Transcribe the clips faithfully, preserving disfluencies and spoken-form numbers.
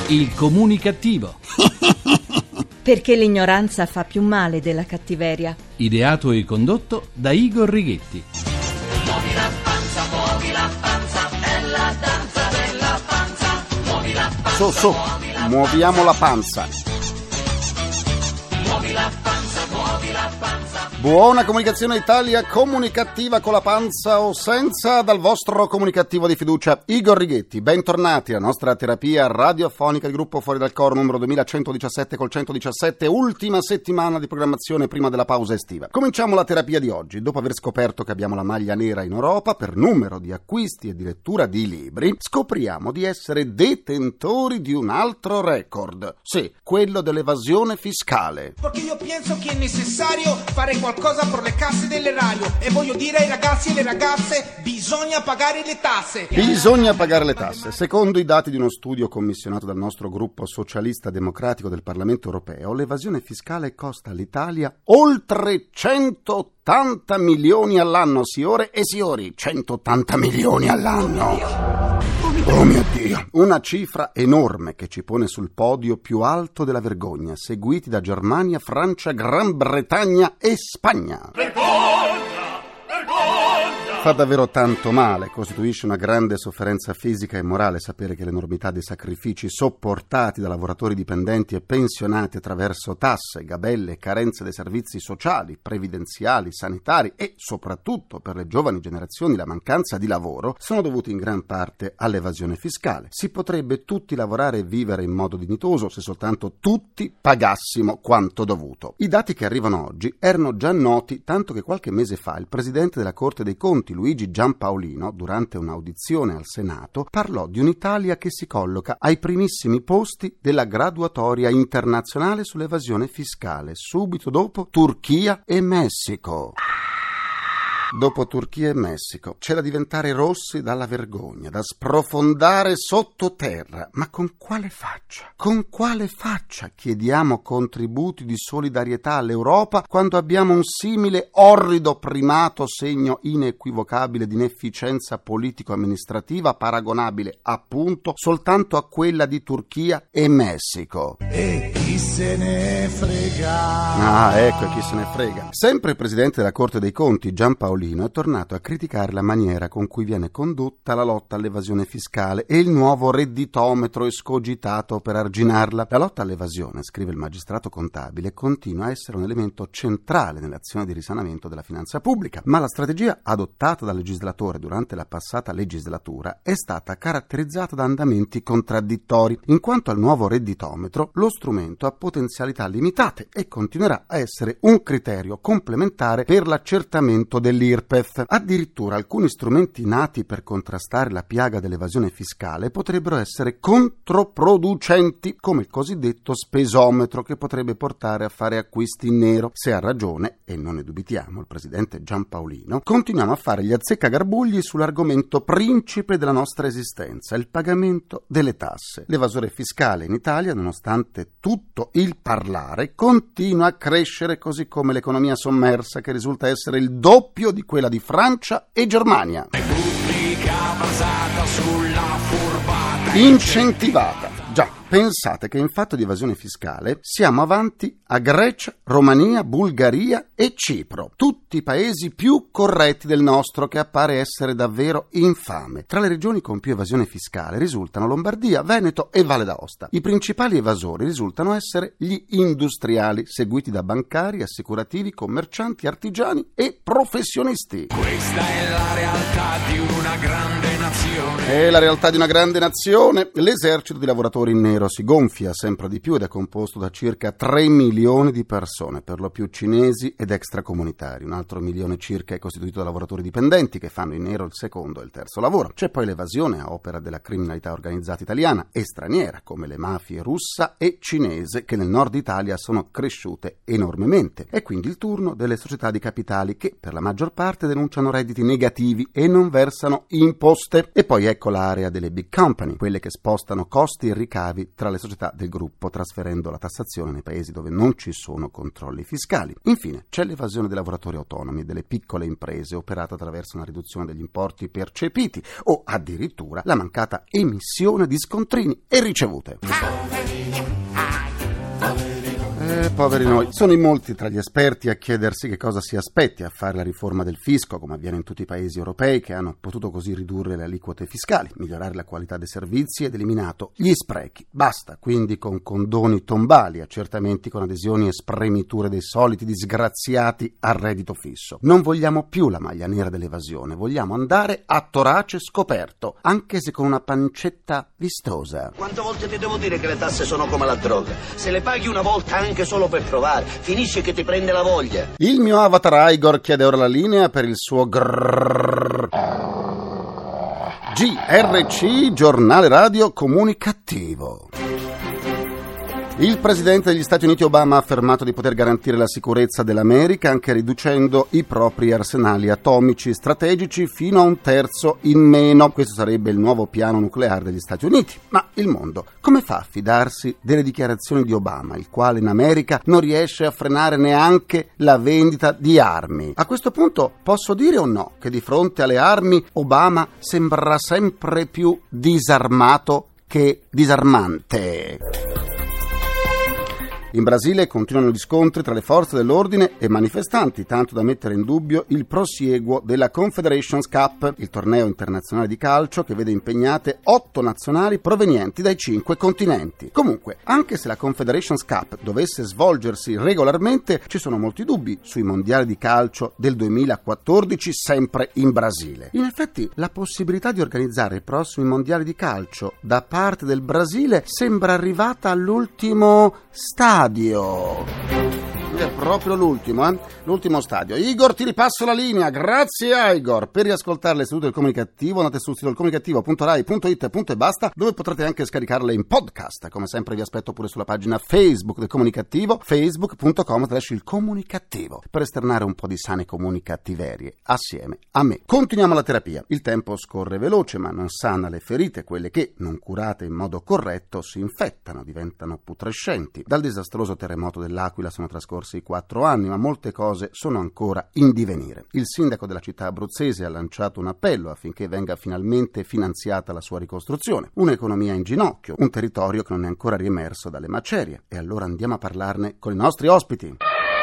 Il comunicativo. Perché l'ignoranza fa più male della cattiveria. Ideato e condotto da Igor Righetti. Muovi la panza, muovi la panza, è la danza della panza. Muovi la panza, Su, su, muoviamo la panza. muovi la panza, muovi la panza. Buona comunicazione Italia, comunicativa con la panza o senza, dal vostro comunicativo di fiducia Igor Righetti. Bentornati alla nostra terapia radiofonica di gruppo Fuori dal Coro numero duemilacentodiciassette col centodiciassette, ultima settimana di programmazione prima della pausa estiva. Cominciamo la terapia di oggi. Dopo aver scoperto che abbiamo la maglia nera in Europa per numero di acquisti e di lettura di libri, scopriamo di essere detentori di un altro record. Sì, quello dell'evasione fiscale. Perché io penso che è necessario fare qualcosa per le casse dell'erario e voglio dire ai ragazzi e alle ragazze: bisogna pagare le tasse. Bisogna pagare le tasse. Secondo i dati di uno studio commissionato dal nostro gruppo socialista democratico del Parlamento europeo, l'evasione fiscale costa all'Italia oltre centottanta milioni all'anno, signore e signori, centottanta milioni all'anno. Oh mio Dio, una cifra enorme che ci pone sul podio più alto della vergogna, seguiti da Germania, Francia, Gran Bretagna e Spagna. Fa davvero tanto male, costituisce una grande sofferenza fisica e morale sapere che l'enormità dei sacrifici sopportati da lavoratori dipendenti e pensionati attraverso tasse, gabelle e carenze dei servizi sociali, previdenziali, sanitari e soprattutto per le giovani generazioni la mancanza di lavoro sono dovuti in gran parte all'evasione fiscale. Si potrebbe tutti lavorare e vivere in modo dignitoso se soltanto tutti pagassimo quanto dovuto. I dati che arrivano oggi erano già noti, tanto che qualche mese fa il presidente della Corte dei Conti, Luigi Giampaolino, durante un'audizione al Senato, parlò di un'Italia che si colloca ai primissimi posti della graduatoria internazionale sull'evasione fiscale, subito dopo Turchia e Messico. Dopo Turchia e Messico c'è da diventare rossi dalla vergogna, da sprofondare sottoterra. Ma con quale faccia? Con quale faccia chiediamo contributi di solidarietà all'Europa quando abbiamo un simile orrido primato, segno inequivocabile di inefficienza politico-amministrativa, paragonabile appunto soltanto a quella di Turchia e Messico? E chi se ne frega? Ah, ecco, chi se ne frega. Sempre il presidente della Corte dei Conti, Giampaolino, è tornato a criticare la maniera con cui viene condotta la lotta all'evasione fiscale e il nuovo redditometro escogitato per arginarla. La lotta all'evasione, scrive il magistrato contabile, continua a essere un elemento centrale nell'azione di risanamento della finanza pubblica, ma la strategia adottata dal legislatore durante la passata legislatura è stata caratterizzata da andamenti contraddittori. In quanto al nuovo redditometro, lo strumento ha potenzialità limitate e continuerà a essere un criterio complementare per l'accertamento dell'I R P E F. Addirittura alcuni strumenti nati per contrastare la piaga dell'evasione fiscale potrebbero essere controproducenti, come il cosiddetto spesometro, che potrebbe portare a fare acquisti in nero. Se ha ragione, e non ne dubitiamo, il presidente Giampaolino, continuiamo a fare gli azzeccagarbugli sull'argomento principe della nostra esistenza, il pagamento delle tasse. L'evasore fiscale in Italia, nonostante tutto il parlare, continua a crescere, così come l'economia sommersa, che risulta essere il doppio di quella di Francia e Germania. Repubblica basata sulla furbata. Incentivata. Già, pensate che in fatto di evasione fiscale siamo avanti a Grecia, Romania, Bulgaria e Cipro, tutti i paesi più corretti del nostro, che appare essere davvero infame. Tra le regioni con più evasione fiscale risultano Lombardia, Veneto e Valle d'Aosta. I principali evasori risultano essere gli industriali, seguiti da bancari, assicurativi, commercianti, artigiani e professionisti. Questa è la realtà di una grande nazione. È la realtà di una grande nazione. L'esercito di lavoratori in nero si gonfia sempre di più ed è composto da circa tre milioni di persone, per lo più cinesi ed extracomunitari. Un altro milione circa è costituito da lavoratori dipendenti che fanno in nero il secondo e il terzo lavoro. C'è poi l'evasione a opera della criminalità organizzata italiana e straniera, come le mafie russa e cinese, che nel nord Italia sono cresciute enormemente. È quindi il turno delle società di capitali che per la maggior parte denunciano redditi negativi e non versano imposte. E poi ecco l'area delle big company, quelle che spostano costi e ricavi tra le società del gruppo, trasferendo la tassazione nei paesi dove non ci sono controlli fiscali. Infine c'è l'evasione dei lavoratori autonomi e delle piccole imprese, operata attraverso una riduzione degli importi percepiti o addirittura la mancata emissione di scontrini e ricevute. Eh, poveri noi, sono in molti tra gli esperti a chiedersi che cosa si aspetti a fare la riforma del fisco, come avviene in tutti i paesi europei che hanno potuto così ridurre le aliquote fiscali, migliorare la qualità dei servizi ed eliminato gli sprechi. Basta quindi con condoni tombali, accertamenti con adesioni e spremiture dei soliti disgraziati al reddito fisso. Non vogliamo più la maglia nera dell'evasione, vogliamo andare a torace scoperto, anche se con una pancetta vistosa. Quante volte ti devo dire che le tasse sono come la droga? Se le paghi una volta anche solo per provare, finisce che ti prende la voglia. Il mio avatar Igor chiede ora la linea per il suo grrrr. G R C, giornale radio comunicativo. Il presidente degli Stati Uniti Obama ha affermato di poter garantire la sicurezza dell'America anche riducendo i propri arsenali atomici strategici fino a un terzo in meno. Questo sarebbe il nuovo piano nucleare degli Stati Uniti. Ma il mondo come fa a fidarsi delle dichiarazioni di Obama, il quale in America non riesce a frenare neanche la vendita di armi? A questo punto posso dire o no che di fronte alle armi Obama sembra sempre più disarmato che disarmante? In Brasile continuano gli scontri tra le forze dell'ordine e manifestanti, tanto da mettere in dubbio il prosieguo della Confederations Cup, il torneo internazionale di calcio che vede impegnate otto nazionali provenienti dai cinque continenti. Comunque, anche se la Confederations Cup dovesse svolgersi regolarmente, ci sono molti dubbi sui mondiali di calcio del duemilaquattordici sempre in Brasile. In effetti, la possibilità di organizzare i prossimi mondiali di calcio da parte del Brasile sembra arrivata all'ultimo stadio. È proprio l'ultimo, eh? L'ultimo stadio. Igor, ti ripasso la linea. Grazie, Igor. Per riascoltare le sedute del Comunicativo andate sul sito del comunicativo punto rai punto it punto e basta, dove potrete anche scaricarle in podcast. Come sempre vi aspetto pure sulla pagina Facebook del Comunicativo, facebook punto com slash il comunicativo, per esternare un po' di sane comunicattiverie assieme a me. Continuiamo la terapia. Il tempo scorre veloce, ma non sana le ferite, quelle che, non curate in modo corretto, si infettano, diventano putrescenti. Dal disastroso terremoto dell'Aquila sono trascorsi quattro anni, ma molte cose sono ancora in divenire. Il sindaco della città abruzzese ha lanciato un appello affinché venga finalmente finanziata la sua ricostruzione. Un'economia in ginocchio, un territorio che non è ancora riemerso dalle macerie. E allora andiamo a parlarne con i nostri ospiti.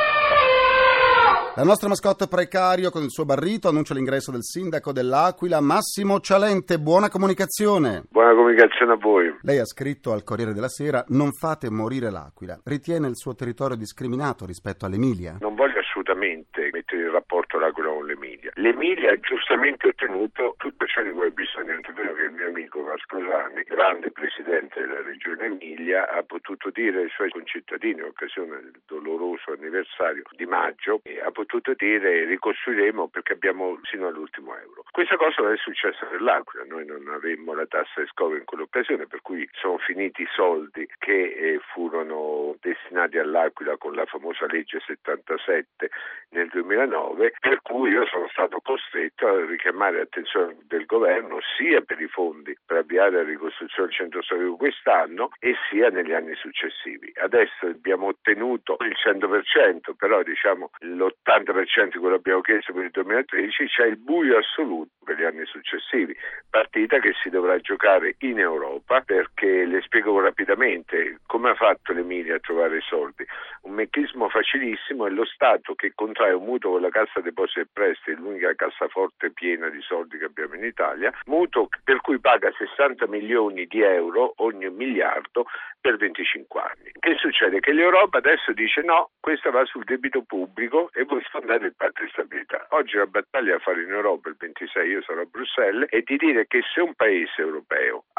La nostra mascotte precario con il suo barrito annuncia l'ingresso del sindaco dell'Aquila, Massimo Cialente. Buona comunicazione. Buona comunicazione a voi. Lei ha scritto al Corriere della Sera: non fate morire l'Aquila. Ritiene il suo territorio discriminato rispetto all'Emilia? Non voglio assolutamente mettere in rapporto l'Aquila con l'Emilia. L'Emilia ha giustamente ottenuto tutto ciò di cui ha bisogno. È vero che il mio amico Vasco Sani, grande presidente della regione Emilia, ha potuto dire ai suoi concittadini in occasione del doloroso anniversario di maggio, e ha potuto dire: ricostruiremo perché abbiamo sino all'ultimo euro. Questa cosa non è successa nell'Aquila, noi non avemmo la tassa escovo in quell'occasione, per cui sono finiti i soldi che eh, furono destinati all'Aquila con la famosa legge settantasette nel duemilanove, per cui io sono stato costretto a richiamare l'attenzione del governo sia per i fondi per avviare la ricostruzione del centro storico quest'anno e sia negli anni successivi. Adesso abbiamo ottenuto il cento per cento, però diciamo l'ottanta per cento di quello che abbiamo chiesto per il duemilatredici, c'è il buio assoluto per gli anni successivi, partita che si dovrà giocare in Europa, perché le spiego rapidamente come ha fatto l'Emilia a trovare i soldi. Un meccanismo facilissimo: è lo Stato che contrae un mutuo con la Cassa Depositi e Prestiti, l'unica cassaforte piena di soldi che abbiamo in Italia, mutuo per cui paga sessanta milioni di euro ogni miliardo per venticinque anni. Che succede? Che l'Europa adesso dice: no, questa va sul debito pubblico e voi sfondate il patto di stabilità. Oggi la battaglia a fare in Europa, il ventisei io sarò a Bruxelles, è di dire che se un paese europeo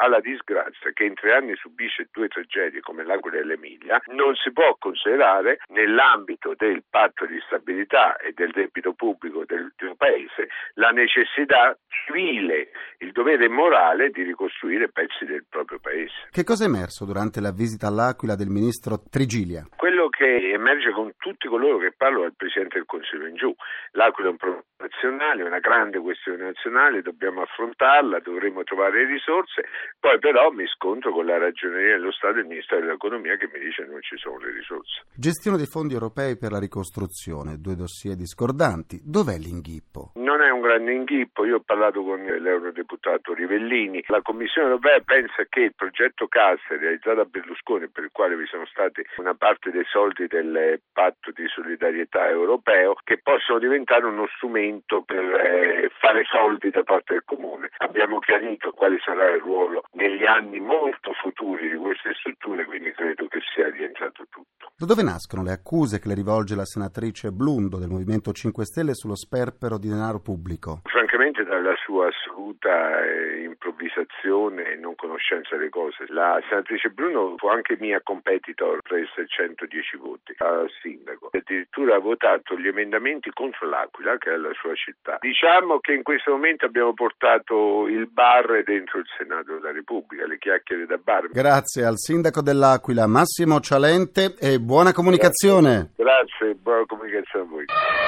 alla disgrazia che in tre anni subisce due tragedie come l'Aquila e l'Emilia, non si può considerare nell'ambito del patto di stabilità e del debito pubblico del tuo paese la necessità civile, il dovere morale di ricostruire pezzi del proprio paese. Che cosa è emerso durante la visita all'Aquila del ministro Trigilia? Quello che emerge con tutti coloro che parlano al Presidente del Consiglio in giù. L'Aquila è un problema nazionale, una grande questione nazionale, dobbiamo affrontarla, dovremo trovare risorse, poi però mi scontro con la Ragioneria dello Stato e il Ministero dell'Economia che mi dice che non ci sono le risorse. Gestione dei fondi europei per la ricostruzione, due dossier discordanti, dov'è l'inghippo? Non è un grande inghippo, io ho parlato con l'eurodeputato Rivellini, la Commissione europea pensa che il progetto C A S realizzato da Berlusconi, per il quale vi sono stati una parte dei soldi del patto di solidarietà europeo, che possono diventare uno strumento per eh, fare soldi da parte del comune. Abbiamo chiarito quale sarà il ruolo negli anni molto futuri di queste strutture, quindi credo che sia rientrato tutto. Da dove nascono le accuse che le rivolge la senatrice Blundo del Movimento cinque Stelle sullo sperpero di denaro pubblico? Francamente dalla sua assoluta eh, improvvisazione e non conoscenza delle cose. La senatrice Bruno fu anche mia competitor, prese centodieci voti al sindaco. Addirittura ha votato gli emendamenti contro l'Aquila, che è la sua città. Diciamo che in questo momento abbiamo portato il bar dentro il Senato della Repubblica, le chiacchiere da bar. Grazie al sindaco dell'Aquila Massimo Cialente e buona comunicazione. Grazie, Grazie buona comunicazione a voi.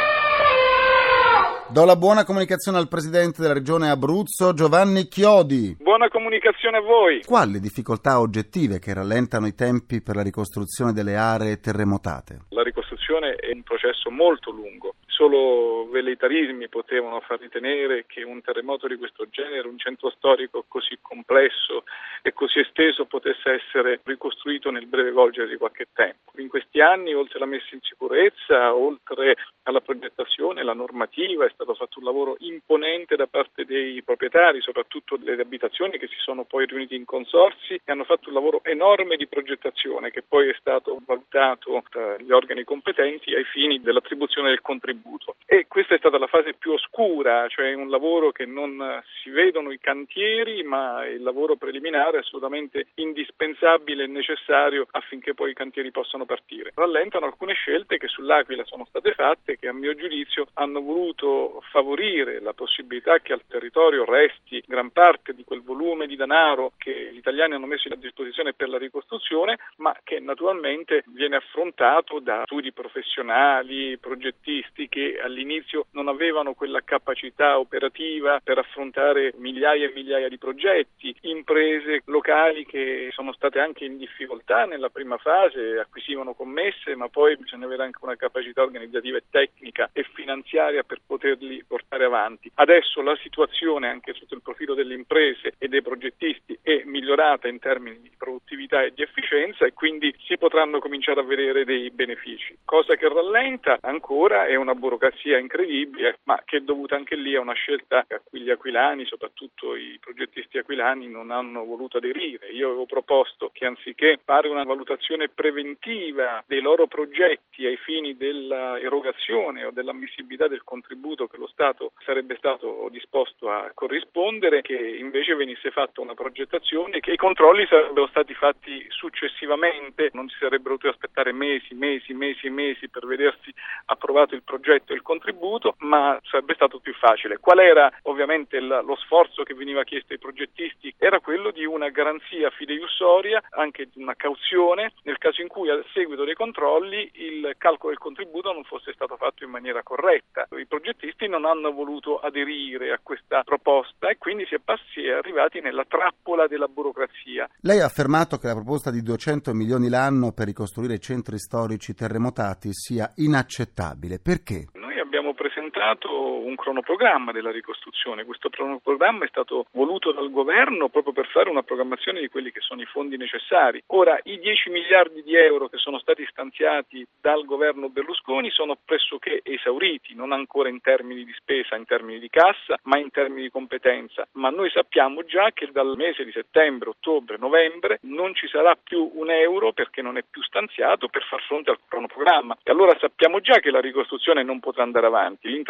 Do la buona comunicazione al presidente della regione Abruzzo, Giovanni Chiodi. Buona comunicazione a voi. Quali difficoltà oggettive che rallentano i tempi per la ricostruzione delle aree terremotate? La ricostruzione è un processo molto lungo. Solo velleitarismi potevano far ritenere che un terremoto di questo genere, un centro storico così complesso e così esteso, potesse essere ricostruito nel breve volgere di qualche tempo. In questi anni, oltre alla messa in sicurezza, oltre alla progettazione, la normativa, è stato fatto un lavoro imponente da parte dei proprietari, soprattutto delle abitazioni che si sono poi riuniti in consorzi e hanno fatto un lavoro enorme di progettazione che poi è stato valutato dagli organi competenti ai fini dell'attribuzione del contributo. E questa è stata la fase più oscura, cioè un lavoro che non si vedono i cantieri, ma il lavoro preliminare è assolutamente indispensabile e necessario affinché poi i cantieri possano partire. Rallentano alcune scelte che sull'Aquila sono state fatte, che a mio giudizio hanno voluto favorire la possibilità che al territorio resti gran parte di quel volume di denaro che gli italiani hanno messo a disposizione per la ricostruzione, ma che naturalmente viene affrontato da studi professionali, progettisti che all'inizio non avevano quella capacità operativa per affrontare migliaia e migliaia di progetti, imprese locali che sono state anche in difficoltà nella prima fase, acquisivano commesse, ma poi bisogna avere anche una capacità organizzativa e tecnica e finanziaria per poterli portare avanti. Adesso la situazione anche sotto il profilo delle imprese e dei progettisti è migliorata in termini di produttività e di efficienza e quindi si potranno cominciare a vedere dei benefici. Cosa che rallenta ancora è una burocrazia incredibile, ma che è dovuta anche lì a una scelta a cui gli aquilani, soprattutto i progettisti aquilani, non hanno voluto aderire. Io avevo proposto che anziché fare una valutazione preventiva dei loro progetti ai fini della erogazione o dell'ammissibilità del contributo che lo Stato sarebbe stato disposto a corrispondere, che invece venisse fatta una progettazione e che i controlli sarebbero stati fatti successivamente, non si sarebbero dovuti aspettare mesi, mesi, mesi e mesi per vedersi approvato il progetto e il contributo, ma sarebbe stato più facile. Qual era ovviamente la, lo sforzo che veniva chiesto ai progettisti? Era quello di una garanzia fideiussoria, anche di una cauzione, nel caso in cui a seguito dei controlli il calcolo del contributo non fosse stato fatto in maniera corretta. I progettisti non hanno voluto aderire a questa proposta e quindi si è, passi, è arrivati nella trappola della burocrazia. Lei ha affermato che la proposta di duecento milioni l'anno per ricostruire i centri storici terremotati sia inaccettabile. Perché? Noi abbiamo presentato un cronoprogramma della ricostruzione. Questo cronoprogramma è stato voluto dal governo proprio per fare una programmazione di quelli che sono i fondi necessari. Ora, i dieci miliardi di euro che sono stati stanziati dal governo Berlusconi sono pressoché esauriti, non ancora in termini di spesa, in termini di cassa, ma in termini di competenza. Ma noi sappiamo già che dal mese di settembre, ottobre, novembre non ci sarà più un euro perché non è più stanziato per far fronte al cronoprogramma. E allora sappiamo già che la ricostruzione non potrà andare avanti. L'intervento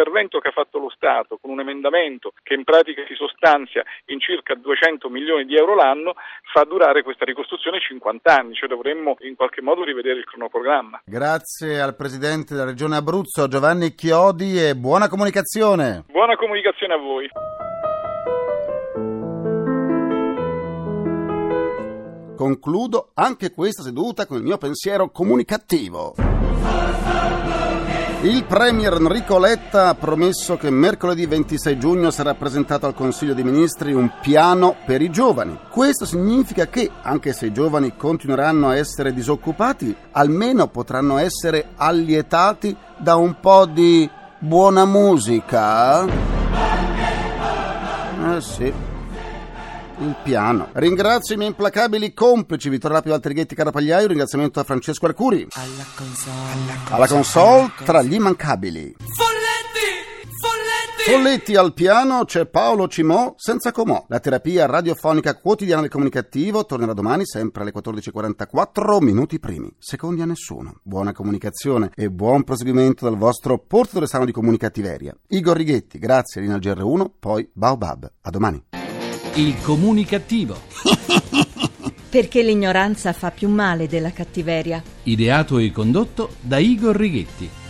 l'intervento che ha fatto lo Stato con un emendamento che in pratica si sostanzia in circa duecento milioni di euro l'anno fa durare questa ricostruzione cinquanta anni, cioè dovremmo in qualche modo rivedere il cronoprogramma. Grazie al Presidente della Regione Abruzzo, Giovanni Chiodi, e buona comunicazione. Buona comunicazione a voi. Concludo anche questa seduta con il mio pensiero comunicativo. Il Premier Enrico Letta ha promesso che mercoledì ventisei giugno sarà presentato al Consiglio dei Ministri un piano per i giovani. Questo significa che, anche se i giovani continueranno a essere disoccupati, almeno potranno essere allietati da un po' di buona musica. Eh sì. Il piano. Ringrazio i miei implacabili complici Vittorio Lapio, Altrighetti, Carapagliaio. Ringraziamento a Francesco Arcuri. Alla console. Alla console, tra gli immancabili. Folletti! Folletti! Folletti al piano, c'è Paolo Cimò senza comò. La terapia radiofonica quotidiana del comunicativo tornerà domani sempre alle quattordici e quarantaquattro, minuti primi, secondi a nessuno. Buona comunicazione e buon proseguimento dal vostro portatore sano di comunicattiveria. Igor Righetti, grazie, linea al G R uno, poi Baobab. A domani. Il comunicativo. Perché l'ignoranza fa più male della cattiveria. Ideato e condotto da Igor Righetti.